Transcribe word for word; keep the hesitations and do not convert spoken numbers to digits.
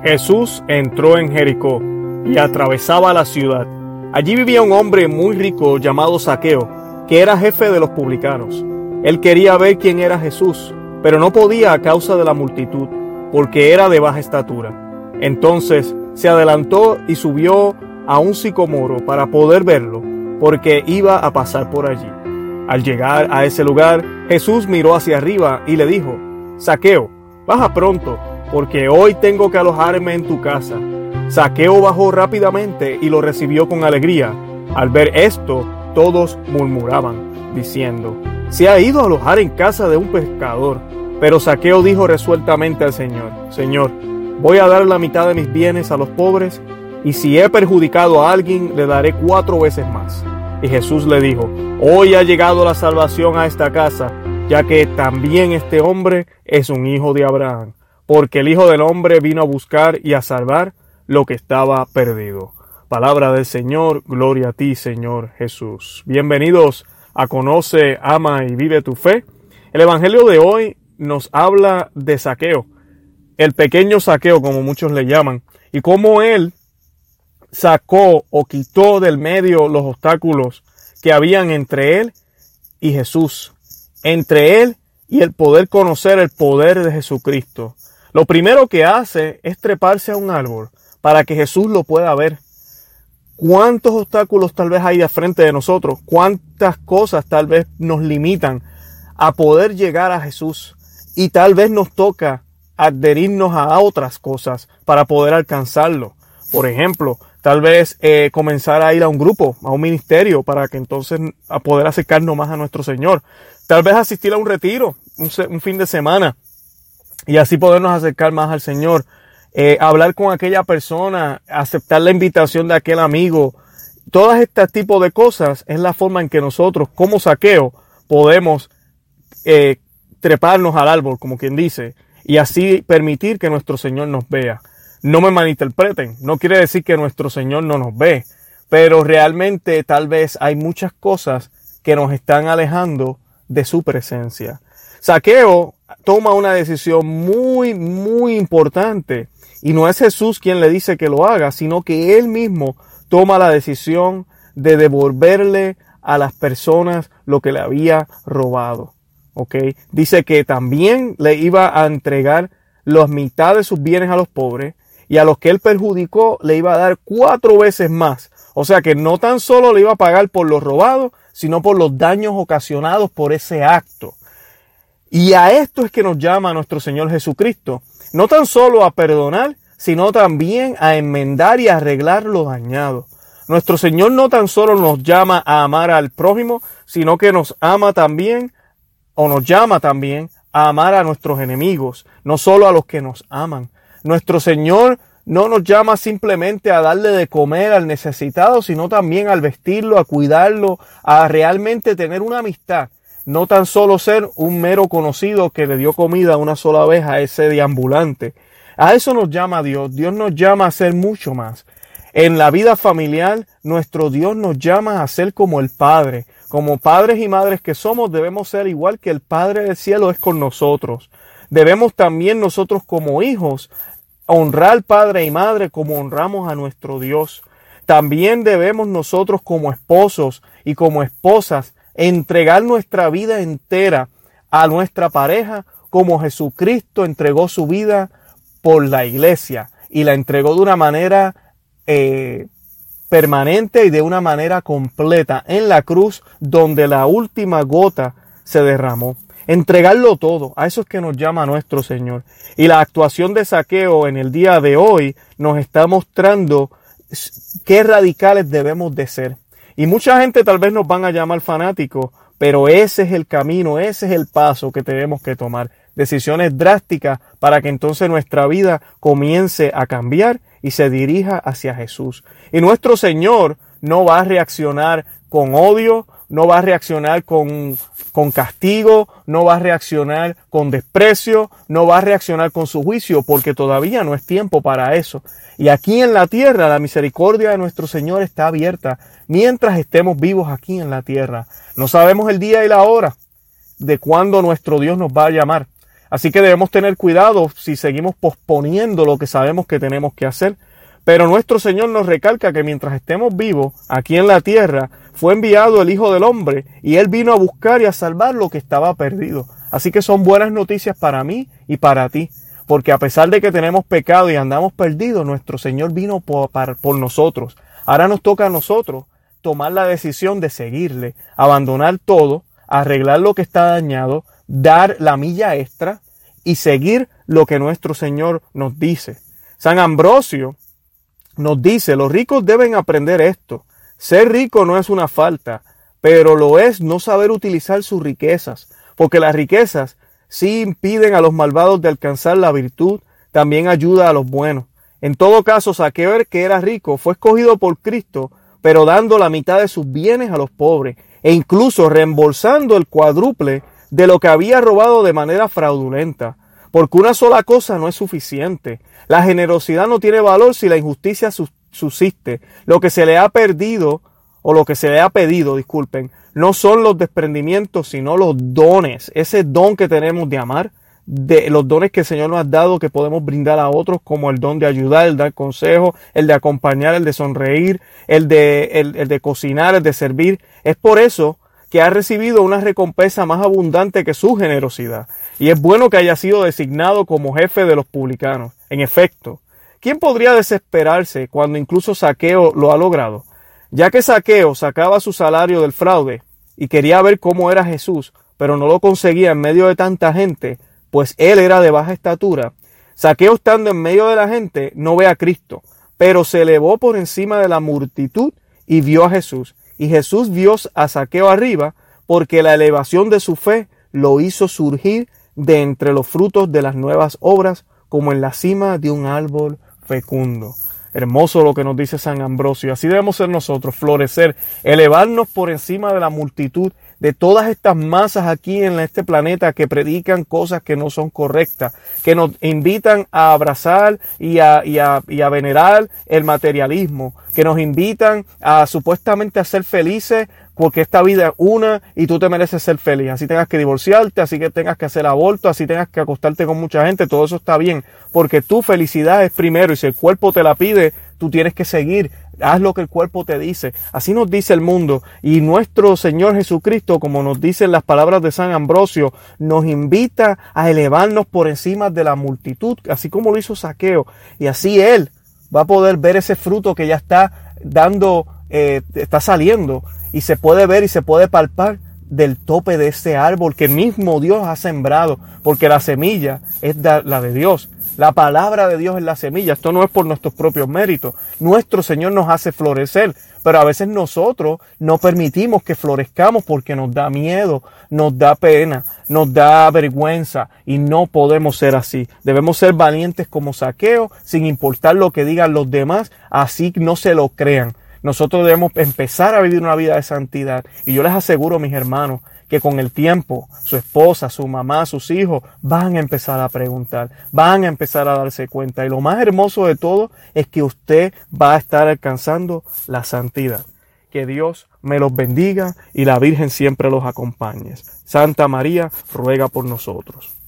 Jesús entró en Jericó y atravesaba la ciudad. Allí vivía un hombre muy rico llamado Zaqueo, que era jefe de los publicanos. Él quería ver quién era Jesús, pero no podía a causa de la multitud, porque era de baja estatura. Entonces se adelantó y subió a un sicomoro para poder verlo, porque iba a pasar por allí. Al llegar a ese lugar, Jesús miró hacia arriba y le dijo: Zaqueo, baja pronto, porque hoy tengo que alojarme en tu casa. Zaqueo bajó rápidamente y lo recibió con alegría. Al ver esto, todos murmuraban, diciendo: se ha ido a alojar en casa de un pescador. Pero Zaqueo dijo resueltamente al Señor: Señor, voy a dar la mitad de mis bienes a los pobres, y si he perjudicado a alguien, le daré cuatro veces más. Y Jesús le dijo: hoy ha llegado la salvación a esta casa, ya que también este hombre es un hijo de Abraham, porque el Hijo del Hombre vino a buscar y a salvar lo que estaba perdido. Palabra del Señor, gloria a ti, Señor Jesús. Bienvenidos a Conoce, Ama y Vive tu Fe. El Evangelio de hoy nos habla de Zaqueo, el pequeño Zaqueo, como muchos le llaman, y cómo él sacó o quitó del medio los obstáculos que habían entre él y Jesús, entre él y el poder conocer el poder de Jesucristo. Lo primero que hace es treparse a un árbol para que Jesús lo pueda ver. ¿Cuántos obstáculos tal vez hay de frente de nosotros? ¿Cuántas cosas tal vez nos limitan a poder llegar a Jesús? Y tal vez nos toca adherirnos a otras cosas para poder alcanzarlo. Por ejemplo, tal vez eh, comenzar a ir a un grupo, a un ministerio, para que entonces a poder acercarnos más a nuestro Señor. Tal vez asistir a un retiro, un, un fin de semana, y así podernos acercar más al Señor. Eh, hablar con aquella persona, aceptar la invitación de aquel amigo. Todas estas tipos de cosas es la forma en que nosotros, como Zaqueo, podemos eh, treparnos al árbol, como quien dice, y así permitir que nuestro Señor nos vea. No me malinterpreten, no quiere decir que nuestro Señor no nos ve, pero realmente tal vez hay muchas cosas que nos están alejando de su presencia. Zaqueo toma una decisión muy, muy importante, y no es Jesús quien le dice que lo haga, sino que él mismo toma la decisión de devolverle a las personas lo que le había robado. ¿Ok? Dice que también le iba a entregar la mitad de sus bienes a los pobres, y a los que él perjudicó le iba a dar cuatro veces más. O sea que no tan solo le iba a pagar por lo robado, sino por los daños ocasionados por ese acto. Y a esto es que nos llama nuestro Señor Jesucristo. No tan solo a perdonar, sino también a enmendar y arreglar lo dañado. Nuestro Señor no tan solo nos llama a amar al prójimo, sino que nos ama también, o nos llama también a amar a nuestros enemigos, no solo a los que nos aman. Nuestro Señor no nos llama simplemente a darle de comer al necesitado, sino también al vestirlo, a cuidarlo, a realmente tener una amistad. No tan solo ser un mero conocido que le dio comida una sola vez a ese deambulante. A eso nos llama Dios. Dios nos llama a ser mucho más. En la vida familiar, nuestro Dios nos llama a ser como el Padre. Como padres y madres que somos, debemos ser igual que el Padre del cielo es con nosotros. Debemos también nosotros como hijos honrar padre y madre como honramos a nuestro Dios. También debemos nosotros como esposos y como esposas entregar nuestra vida entera a nuestra pareja como Jesucristo entregó su vida por la iglesia y la entregó de una manera eh, permanente y de una manera completa en la cruz donde la última gota se derramó. Entregarlo todo, a eso es que nos llama nuestro Señor. Y la actuación de Zaqueo en el día de hoy nos está mostrando qué radicales debemos de ser. Y mucha gente tal vez nos van a llamar fanáticos, pero ese es el camino, ese es el paso que tenemos que tomar. Decisiones drásticas para que entonces nuestra vida comience a cambiar y se dirija hacia Jesús. Y nuestro Señor no va a reaccionar con odio, no va a reaccionar con, con castigo, no va a reaccionar con desprecio, no va a reaccionar con su juicio, porque todavía no es tiempo para eso. Y aquí en la tierra la misericordia de nuestro Señor está abierta mientras estemos vivos aquí en la tierra. No sabemos el día y la hora de cuándo nuestro Dios nos va a llamar. Así que debemos tener cuidado si seguimos posponiendo lo que sabemos que tenemos que hacer. Pero nuestro Señor nos recalca que mientras estemos vivos aquí en la tierra, fue enviado el Hijo del Hombre y Él vino a buscar y a salvar lo que estaba perdido. Así que son buenas noticias para mí y para ti. Porque a pesar de que tenemos pecado y andamos perdidos, nuestro Señor vino por, por nosotros. Ahora nos toca a nosotros tomar la decisión de seguirle, abandonar todo, arreglar lo que está dañado, dar la milla extra y seguir lo que nuestro Señor nos dice. San Ambrosio nos dice, los ricos deben aprender esto. Ser rico no es una falta, pero lo es no saber utilizar sus riquezas, porque las riquezas sí impiden a los malvados de alcanzar la virtud, también ayuda a los buenos. En todo caso, Zaqueo, que era rico, fue escogido por Cristo, pero dando la mitad de sus bienes a los pobres, e incluso reembolsando el cuádruple de lo que había robado de manera fraudulenta. Porque una sola cosa no es suficiente. La generosidad no tiene valor si la injusticia subsiste. Lo que se le ha perdido, o lo que se le ha pedido, disculpen, no son los desprendimientos, sino los dones. Ese don que tenemos de amar, de los dones que el Señor nos ha dado, que podemos brindar a otros, como el don de ayudar, el dar consejo, el de acompañar, el de sonreír, el de, el, el de cocinar, el de servir. Es por eso que ha recibido una recompensa más abundante que su generosidad. Y es bueno que haya sido designado como jefe de los publicanos. En efecto, ¿quién podría desesperarse cuando incluso Zaqueo lo ha logrado? Ya que Zaqueo sacaba su salario del fraude y quería ver cómo era Jesús, pero no lo conseguía en medio de tanta gente, pues él era de baja estatura. Zaqueo, estando en medio de la gente, no ve a Cristo, pero se elevó por encima de la multitud y vio a Jesús. Y Jesús vio a Zaqueo arriba, porque la elevación de su fe lo hizo surgir de entre los frutos de las nuevas obras, como en la cima de un árbol fecundo. Hermoso lo que nos dice San Ambrosio. Así debemos ser nosotros, florecer, elevarnos por encima de la multitud, de todas estas masas aquí en este planeta que predican cosas que no son correctas, que nos invitan a abrazar y a, y a, y a venerar el materialismo, que nos invitan a supuestamente a ser felices porque esta vida es una y tú te mereces ser feliz. Así tengas que divorciarte, así que tengas que hacer aborto, así tengas que acostarte con mucha gente, todo eso está bien, porque tu felicidad es primero y si el cuerpo te la pide, tú tienes que seguir. Haz lo que el cuerpo te dice. Así nos dice el mundo. Y nuestro Señor Jesucristo, como nos dicen las palabras de San Ambrosio, nos invita a elevarnos por encima de la multitud, así como lo hizo Zaqueo. Y así Él va a poder ver ese fruto que ya está dando, eh, está saliendo. Y se puede ver y se puede palpar del tope de este árbol que mismo Dios ha sembrado. Porque la semilla es la de Dios. La palabra de Dios es la semilla. Esto no es por nuestros propios méritos. Nuestro Señor nos hace florecer, pero a veces nosotros no permitimos que florezcamos porque nos da miedo, nos da pena, nos da vergüenza y no podemos ser así. Debemos ser valientes como Zaqueo, sin importar lo que digan los demás, así no se lo crean. Nosotros debemos empezar a vivir una vida de santidad y yo les aseguro, mis hermanos, que con el tiempo su esposa, su mamá, sus hijos van a empezar a preguntar, van a empezar a darse cuenta. Y lo más hermoso de todo es que usted va a estar alcanzando la santidad. Que Dios me los bendiga y la Virgen siempre los acompañe. Santa María, ruega por nosotros.